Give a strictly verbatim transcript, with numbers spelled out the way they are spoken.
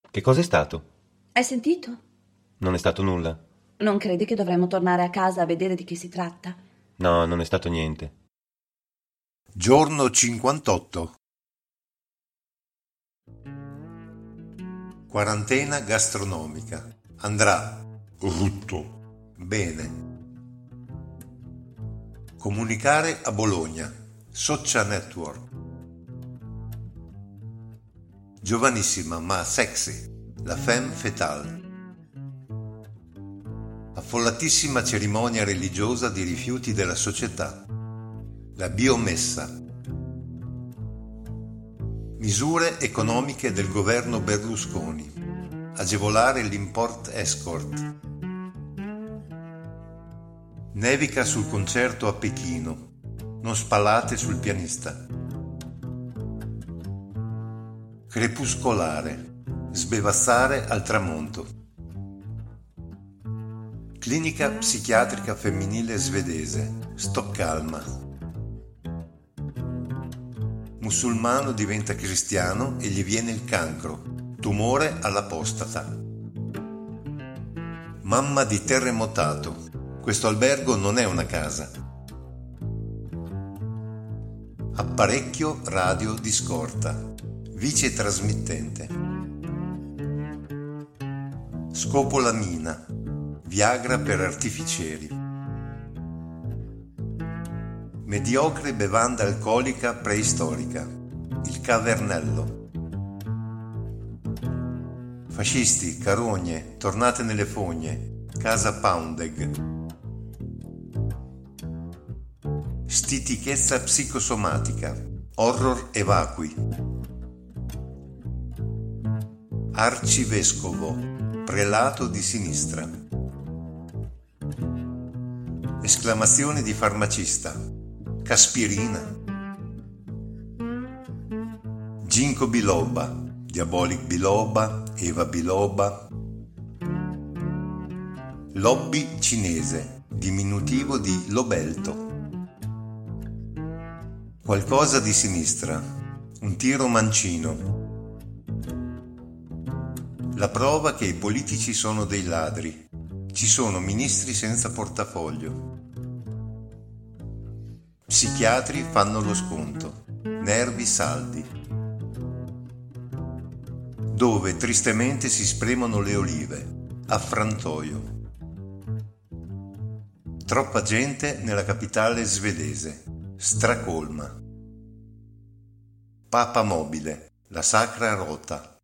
Che cos'è stato? Hai sentito? Non è stato nulla? Non credi che dovremmo tornare a casa a vedere di che si tratta? No, non è stato niente. Giorno cinquantotto. Quarantena gastronomica. Andrà. Rutto. Bene. Comunicare a Bologna. Social Network. Giovanissima ma sexy. La femme fatale. Affollatissima cerimonia religiosa di rifiuti della società. La biomessa. Misure economiche del governo Berlusconi. Agevolare l'import-export. Nevica sul concerto a Pechino. Non spallate sul pianista. Crepuscolare. Sbevazzare al tramonto. Clinica psichiatrica femminile svedese. Stoccolma. Musulmano diventa cristiano e gli viene il cancro. Tumore all'apostata. Mamma di terremotato. Questo albergo non è una casa. Apparecchio radio di scorta. Vice trasmittente. Scopolamina. Viagra per artificieri. Mediocre bevanda alcolica preistorica. Il cavernello. Fascisti, carogne, tornate nelle fogne. Casa Poundeg. Stitichezza psicosomatica. Horror evacui. Arcivescovo. Prelato di sinistra. Esclamazione di farmacista. Caspirina. Ginkgo biloba. Diabolic biloba. Eva biloba. Lobby cinese. Diminutivo di lobelto. Qualcosa di sinistra. Un tiro mancino. La prova che i politici sono dei ladri. Ci sono ministri senza portafoglio. Psichiatri fanno lo sconto. Nervi saldi. Dove tristemente si spremono le olive. A frantoio. Troppa gente nella capitale svedese. Stracolma. Papa mobile. La sacra rota.